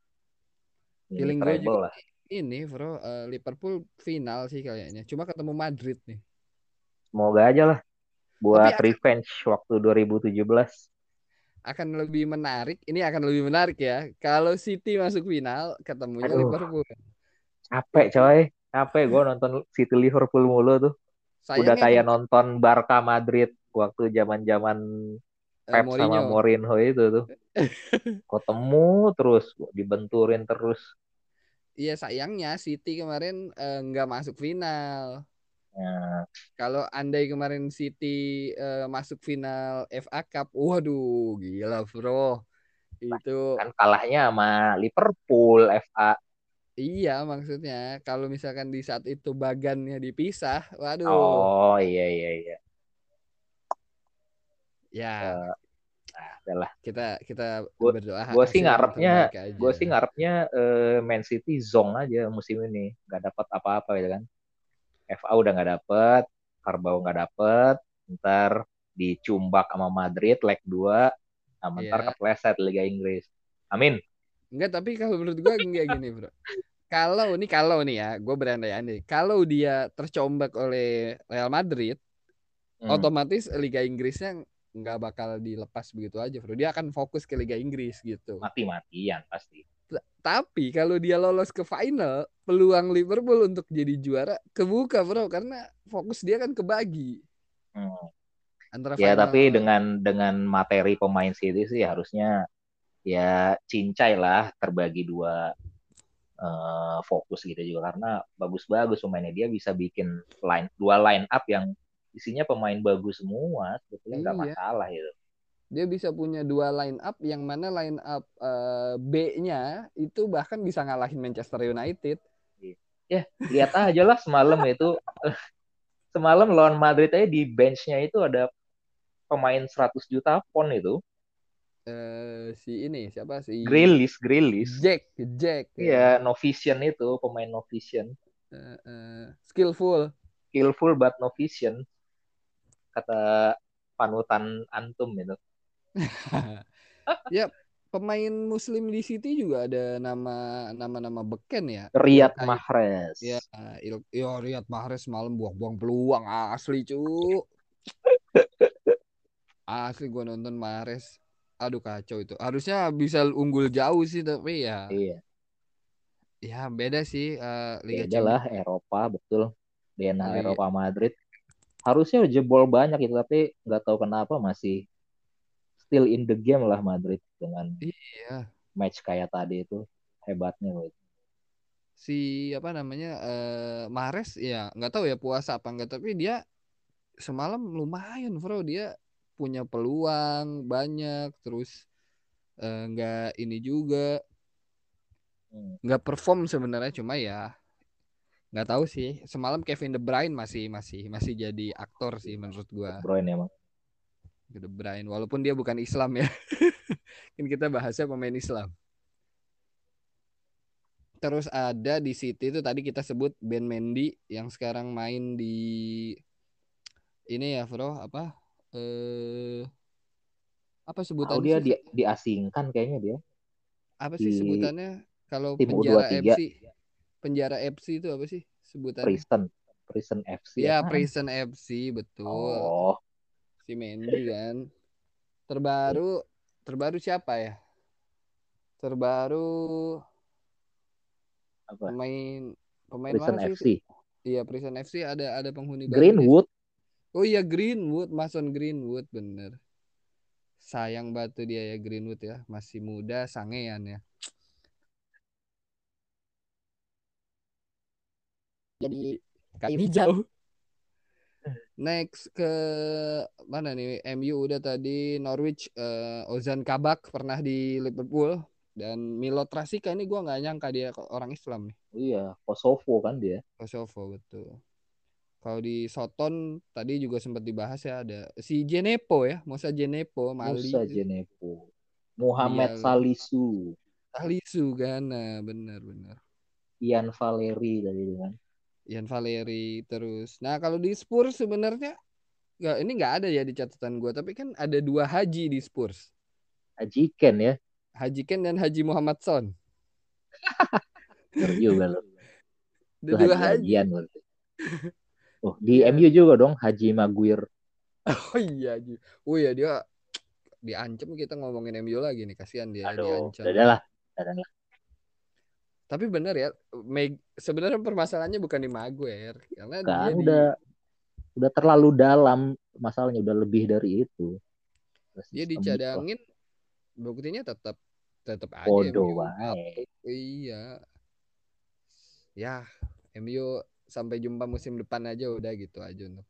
Mini Feeling gue treble juga lah. ini, bro, Liverpool final sih kayaknya. Cuma ketemu Madrid nih. Semoga aja lah Tapi buat revenge waktu 2017. akan lebih menarik. Ini akan lebih menarik ya. Kalau City masuk final, ketemunya Aduh, Liverpool. capek Itu coy. Capek gue nonton City Liverpool mulu tuh. Udah sayangnya kayak nonton Barca Madrid waktu zaman-zaman Pep sama Mourinho. Mourinho itu tuh. Ketemu terus, dibenturin terus. Iya sayangnya City kemarin nggak masuk final. Nah, Kalau andai kemarin City masuk final FA Cup, waduh, gila bro. Itu kan kalahnya sama Liverpool FA. iya maksudnya kalau misalkan di saat itu bagannya dipisah, waduh, Oh iya iya iya. ya Eh, nah, adalah kita kita gue berdoa gue sih hasil yang ngarepnya terbaik aja. gue sih ngarepnya Man City zong aja musim ini nggak dapat apa-apa gitu kan. FA udah nggak dapet, Carabao nggak dapet, ntar dicumbak sama Madrid leg 2, nah ntar Iya. kepleset Liga Inggris. Amin. Enggak, tapi kalau menurut gue enggak gini, bro. Kalau nih ya, gue berandai-andai. Kalau dia tercombak oleh Real Madrid, Hmm, otomatis Liga Inggrisnya nggak bakal dilepas begitu aja, bro. Dia akan fokus ke Liga Inggris gitu. mati-matian pasti. Tapi kalau dia lolos ke final, peluang Liverpool untuk jadi juara kebuka bro, karena fokus dia kan kebagi Hmm. antara Ya tapi final. dengan materi pemain City sih harusnya ya cincai lah terbagi dua fokus gitu juga karena bagus-bagus pemainnya dia bisa bikin dua line up yang isinya pemain bagus semua sebetulnya nggak Iya, masalah gitu. dia bisa punya dua line up yang mana line up B-nya itu bahkan bisa ngalahin Manchester United. Ya lihat aja lah semalam itu semalam lawan Madrid aja di benchnya itu ada pemain 100 juta pon itu. Si ini siapa si Grealish Jack iya ya. no vision itu pemain no vision, Skillful. skillful but no vision kata panutan antum itu. Ya, pemain Muslim di City juga ada nama-nama beken ya. Riyad Ilkay. Ya, Mahrez. Riyad Mahrez malam buang-buang peluang asli cu. Asli gua nonton Mahrez. Aduh kacau itu. Harusnya bisa unggul jauh sih tapi ya Iya, beda sih Liga beda lah Champions. Eropa betul. DNA Li- Eropa Madrid. Harusnya jebol banyak itu tapi nggak tahu kenapa masih still in the game lah Madrid dengan Iya, match kayak tadi itu hebatnya loh. si apa namanya Mahrez ya nggak tahu ya puasa apa enggak tapi dia semalam lumayan bro dia punya peluang banyak terus nggak ini juga Hmm. nggak perform sebenarnya cuma ya nggak tahu sih semalam Kevin De Bruyne masih masih masih jadi aktor sih menurut gua. De Bruyne emang. De Bruyne walaupun dia bukan Islam ya. Kan kita bahasnya pemain Islam. Terus ada di City itu tadi kita sebut Ben Mendy yang sekarang main di ini ya bro eh apa Tahu sebutannya dia sih diasingkan kayaknya dia apa sih di sebutannya kalau tim penjara U23 FC penjara FC itu apa sih sebutannya Prison FC ya apaan? Prison FC betul Oh, si Mendy kan iya. terbaru terbaru siapa ya terbaru Apa? pemain pemain mana Prison sih itu FC. iya Prison FC ada penghuni barunya sih Greenwood. oh iya Greenwood Mason Greenwood bener sayang batu dia ya Greenwood ya masih muda sangean ya jadi kayu hijau. Next ke mana nih? MU udah tadi Norwich Ozan Kabak pernah di Liverpool dan Milot Rasika ini gue nggak nyangka dia orang Islam nih. Iya, Kosovo kan dia. Kosovo betul. Kalau di Soton tadi juga sempat dibahas ya ada si Jenepo ya, Musa Jenepo Mali Musa itu. Jenepo. Dia Muhammad Salisu. ahli Sugana benar-benar. Ian Valeri tadi itu kan. Ian Valeri terus. Nah kalau di Spurs sebenarnya nggak ini nggak ada ya di catatan gue tapi kan ada dua Haji di Spurs. Ajiken ya. Haji Ken dan Haji Muhammad Son. Bener juga loh. Ada Itu dua haji-hajian Haji. berarti. Oh, di Iya. MU juga dong Haji Maguire. Oh iya Haji. Oh iya dia diancam kita ngomongin MU lagi nih kasihan dia Aduh, diancam. udah lah. Udah lah. Tapi benar ya sebenarnya permasalahannya bukan di Maguire karena dia Kan di udah terlalu dalam masalahnya udah lebih dari itu. Udah dia sistemik lah. dicadangin buktinya tetap tetap aja Bodoh MU banget. kapok. Iya. Ya MU sampai jumpa musim depan aja udah gitu aja untuk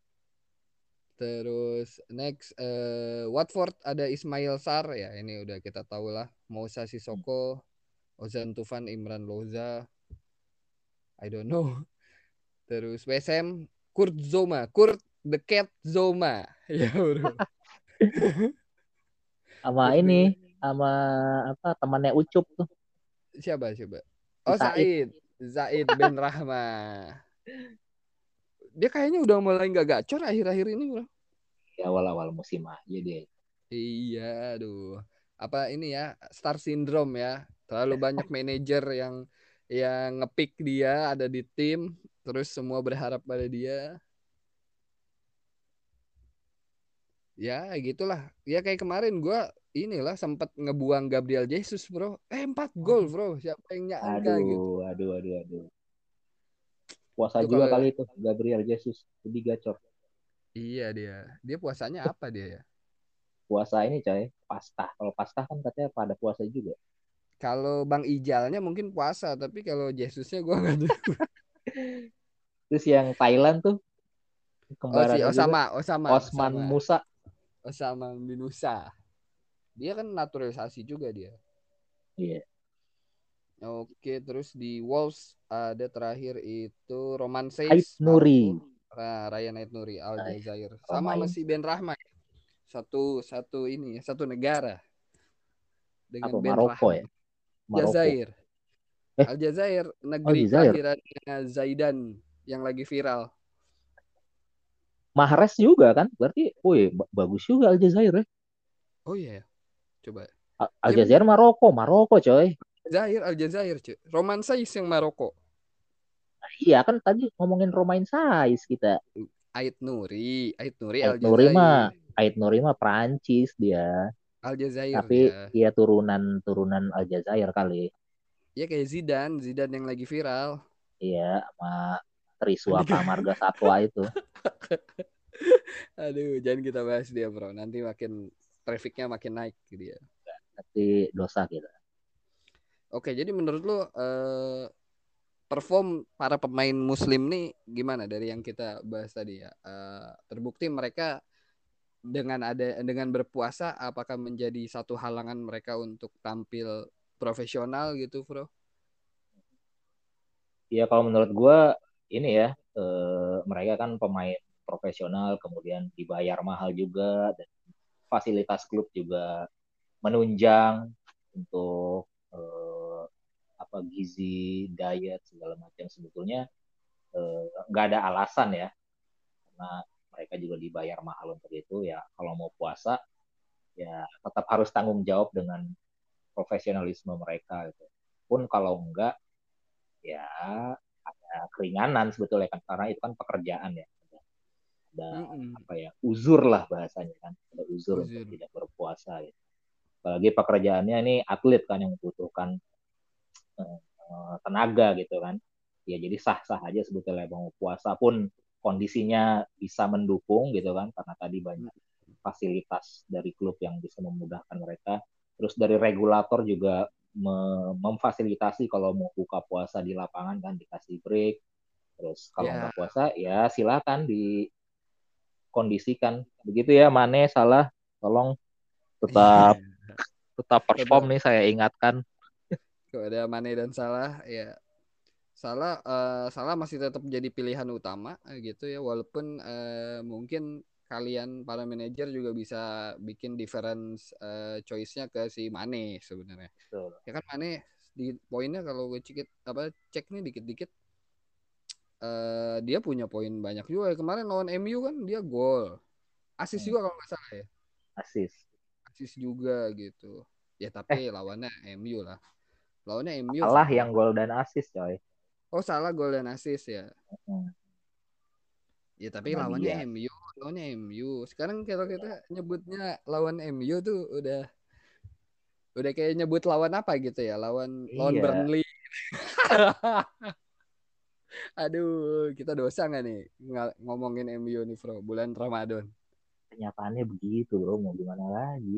terus next Watford ada Ismail Sarr ya ini udah kita tahu lah Moussa Sissoko Ozan Tufan Imran Loza I don't know terus WSM Kurt Zoma Kurt the Cat Zoma ya bro Sama Kurt ini, the... sama apa temannya Ucup tuh, siapa si oh Said. Zaid Ben Rahma dia kayaknya udah mulai nggak gacor akhir-akhir ini bro Di awal-awal musim aja dia. iya aduh apa ini ya star syndrome ya terlalu banyak manajer yang ngepick dia ada di tim terus semua berharap pada dia Ya gitulah. Ya kayak kemarin gua inilah sempat ngebuang Gabriel Jesus, Bro. 4 gol, Waduh, Bro. Siapa yang nyangka gitu. aduh, aduh, aduh, aduh. Puasa Itu juga kalau kali itu Gabriel Jesus lebih gacor. iya dia. Dia puasanya apa dia ya? Puasa ini coy, pasta. Kalau pasta kan katanya pada puasa juga. Kalau Bang Ijalnya mungkin puasa, tapi kalau Jesusnya gua nggak tahu. Terus yang Thailand tuh Oh si kembarannya juga Osama, Osama, Osman Osama, Musa. Osama bin Musa. Dia kan naturalisasi juga dia. Iya. Oke, terus di Wolves ada terakhir itu Roman Ait Seix, Nuri. Maroko, nah, Ryan Ait-Nouri, Nah, Aljazair. Sama Romain masih Ben Rahma. Satu satu ini ya, satu negara dengan apa Ben Maroko ya? Rahma. Maroko. Jazair. Eh, Aljazair, oh negeri Jazair. kelahirannya Zaidan yang lagi viral. Mahrez juga kan? Berarti, wih, bagus juga Aljazair ya. Oh iya, ya, coba. Iya bener, Aljazair Maroko, Maroko coy. Aljazair, Aljazair, cuy. Roman Seix yang Maroko. Iya kan tadi ngomongin Romain Sais kita. Ait Nuri Ait Nuri mah, Aljazair. Ait Nuri mah Prancis dia. Aljazair Tapi dia. ya turunan Aljazair kali. Ya kayak Zidane, Zidane yang lagi viral. Iya, sama Triswa Nanti Marga Satwa itu. aduh, jangan kita bahas dia, Bro. Nanti makin trafficnya makin naik dia. Tapi dosa kita. Oke, jadi menurut lu perform para pemain Muslim nih gimana dari yang kita bahas tadi ya? Terbukti mereka dengan berpuasa apakah menjadi satu halangan mereka untuk tampil profesional gitu, Bro? Ya kalau menurut gue ini ya, mereka kan pemain profesional, kemudian dibayar mahal juga, dan fasilitas klub juga menunjang untuk apa gizi, diet segala macam sebetulnya nggak ada alasan ya, karena mereka juga dibayar mahal untuk itu ya. Kalau mau puasa ya tetap harus tanggung jawab dengan profesionalisme mereka gitu. Pun kalau enggak ya ada keringanan sebetulnya kan, karena itu kan pekerjaan ya. Ada Mm-mm. apa ya, uzur lah bahasanya kan, ada uzur untuk Uzur. tidak berpuasa gitu. Apalagi pekerjaannya ini atlet kan yang membutuhkan tenaga gitu kan. Ya jadi sah-sah aja sebetulnya mau puasa pun kondisinya bisa mendukung gitu kan, karena tadi banyak fasilitas dari klub yang bisa memudahkan mereka. Terus dari regulator juga memfasilitasi kalau mau buka puasa di lapangan kan dikasih break. Terus kalau Ya. nggak puasa ya silakan dikondisikan. Begitu ya Mane, Salah, tolong tetap Iya. tetap perform Tetap nih saya ingatkan. kepada Mane dan Salah ya. Salah masih tetap jadi pilihan utama gitu ya, walaupun mungkin kalian para manajer juga bisa bikin difference choice-nya ke si Mane sebenarnya. Betul. Ya kan Mane di poinnya kalau gue cek apa cek nih dikit-dikit dia punya poin banyak juga. Kemarin lawan MU kan dia gol, assist Hmm, juga kalau nggak salah ya, asis. assist juga gitu. Ya tapi Eh, lawannya MU lah, lawannya MU Salah soalnya. yang gol dan asis coy. Oh salah, gol dan assist ya. Hmm, Ya tapi sama lawannya dia. MU. Sekarang kalau kita nyebutnya lawan MU tuh udah kayak nyebut lawan apa gitu ya, lawan lawan Iya, Burnley. Aduh, kita dosa nggak nih ngomongin MU nih, Bro, bulan Ramadan. kenyataannya begitu bro, mau gimana lagi.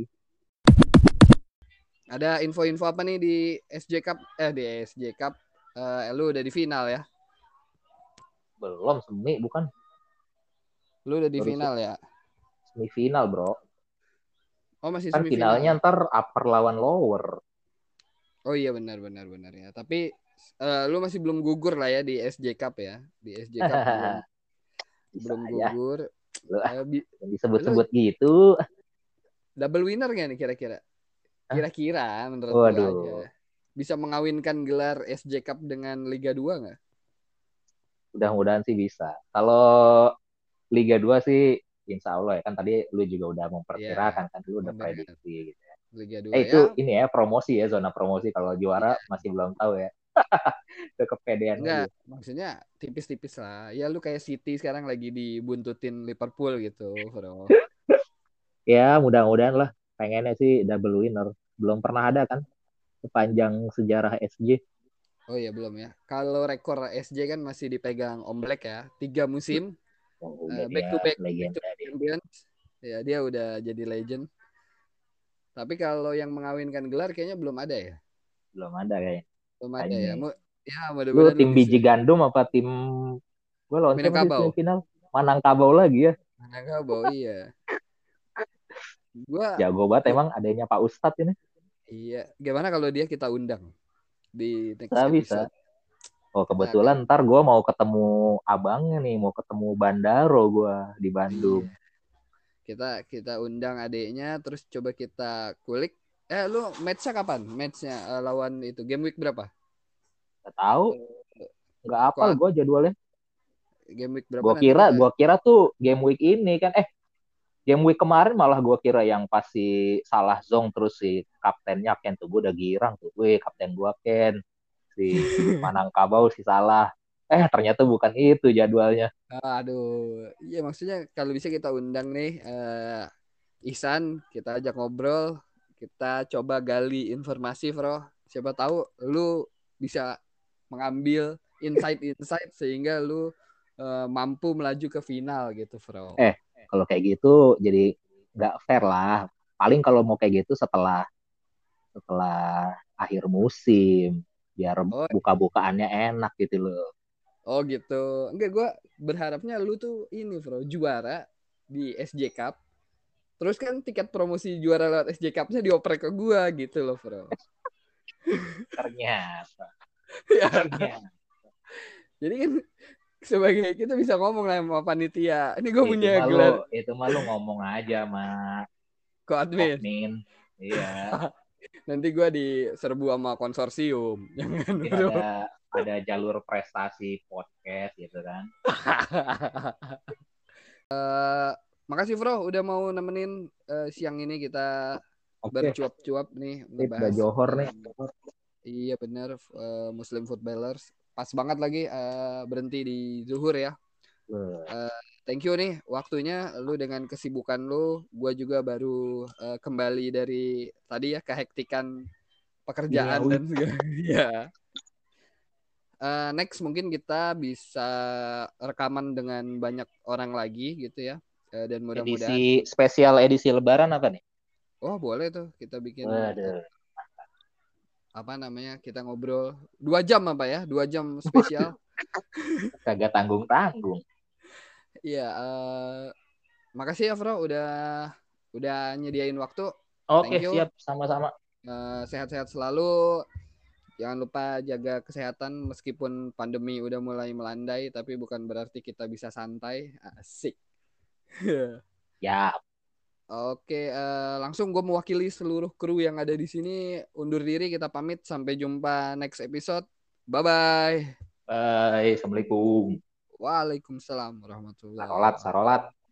Ada info-info apa nih di SJ Cup? Di SJ Cup, lu udah di final ya? Belum semi, bukan, Lu udah di baru final ya? semifinal bro. Oh masih Kan semifinal finalnya ya? ntar upper lawan lower. Oh iya benar ya. Tapi lu masih belum gugur lah ya di SJ Cup ya? Di SJ Cup belum Bisa belum aja gugur. lu, Eh, bi- lu disebut-sebut gitu. double winner gak nih kira-kira? Hah? Kira-kira menurut gua aja. Waduh, Bisa mengawinkan gelar SJ Cup dengan Liga 2 nggak? mudah-mudahan sih bisa. Kalau Liga 2 sih insya Allah ya, kan tadi lu juga udah Iya, memperkirakan kan, lu udah memperkirakan prediksi gitu ya. Liga 2 Itu ya. ini ya promosi ya, zona promosi, kalau juara Iya, masih belum tahu ya. Itu kepedean enggak, aja. maksudnya tipis-tipis lah. Ya lu kayak City sekarang lagi dibuntutin Liverpool gitu, bro. Ya mudah-mudahan lah, pengennya sih double winner, belum pernah ada kan sepanjang sejarah SJ. Oh iya belum ya. Kalau rekor SJ kan masih dipegang Om Black ya. 3 musim Oh, udah back dia to back to legenda back dia. champions. Ya dia udah jadi legend. Tapi kalau yang mengawinkan gelar kayaknya belum ada ya. Belum ada kayaknya. Belum ada ya. Kayaknya. Ya Lu mudah-mudahan lu tim bisa. biji gandum apa tim, gue lawan siapa sih Minangkabau. semifinal? Manangkabau lagi ya. Minangkabau iya. Gua Jago banget gi- emang adanya Pak Ustadz ini. iya. Gimana kalau dia kita undang di next Bisa bisa. episode? Oh Kita akan kebetulan ntar gue mau ketemu abangnya nih, mau ketemu Bandaro gue di Bandung. iya. Kita undang adiknya terus coba kita kulik. Lu matchnya kapan? Matchnya lawan itu game week berapa? Gak tahu, Eh, nggak hafal Kok gue jadwalnya. game week berapa Gue nanti kira, kita. gue kira tuh game week ini kan, game week kemarin malah gue kira yang pasti salah zong terus si kaptennya Ken tuh gue udah girang tuh, weh kapten gue Ken, si Manangkabau si salah. Ternyata bukan itu jadwalnya. Aduh, iya maksudnya kalau bisa kita undang nih Ihsan, kita ajak ngobrol, kita coba gali informasi, Bro. Siapa tahu lu bisa mengambil insight-insight sehingga lu mampu melaju ke final gitu, Bro. Kalau kayak gitu jadi nggak fair lah. Paling kalau mau kayak gitu setelah setelah akhir musim, biar Oh, buka-bukaannya enak gitu loh. oh gitu. Enggak, gue berharapnya lu tuh ini, Bro, juara di SJ Cup. Terus kan tiket promosi juara lewat SJ Cup-nya dioper ke gua gitu loh, Bro. Ternyata, Ya. ternyata. Jadi kan sebagai kita bisa ngomong lah sama panitia. Ini gue Itu punya mah lu, gelar itu mah lu ngomong aja sama ke admin. admin. Iya, Nanti gue diserbu sama konsorsium. Jangan mungkin bro. ada jalur prestasi podcast gitu kan. Makasih bro udah mau nemenin siang ini kita Oke, bercuap-cuap nih sip, udah ngebahas johor nih. iya bener Muslim Footballers. Pas banget lagi berhenti di zuhur ya. Eh, Thank you nih waktunya lu dengan kesibukan lu, gua juga baru kembali dari tadi ya kehektikan pekerjaan Duniawi. dan segala ya. Next mungkin kita bisa rekaman dengan banyak orang lagi gitu ya. Dan mudah-mudahan Edisi spesial edisi Lebaran apa nih? oh boleh tuh kita bikin Waduh, apa namanya kita ngobrol 2 jam apa ya 2 jam spesial. kagak tanggung-tanggung. Iya makasih ya Bro udah nyediain waktu. Oke, Thank you. siap, sama-sama. Sehat-sehat selalu. Jangan lupa jaga kesehatan meskipun pandemi udah mulai melandai, tapi bukan berarti kita bisa santai. Asik. Ya, Oke, langsung gue mewakili seluruh kru yang ada di sini. Undur diri, kita pamit. Sampai jumpa next episode. Bye-bye. bye. Assalamualaikum. Waalaikumsalam Sarolat, warahmatullahi sarolat.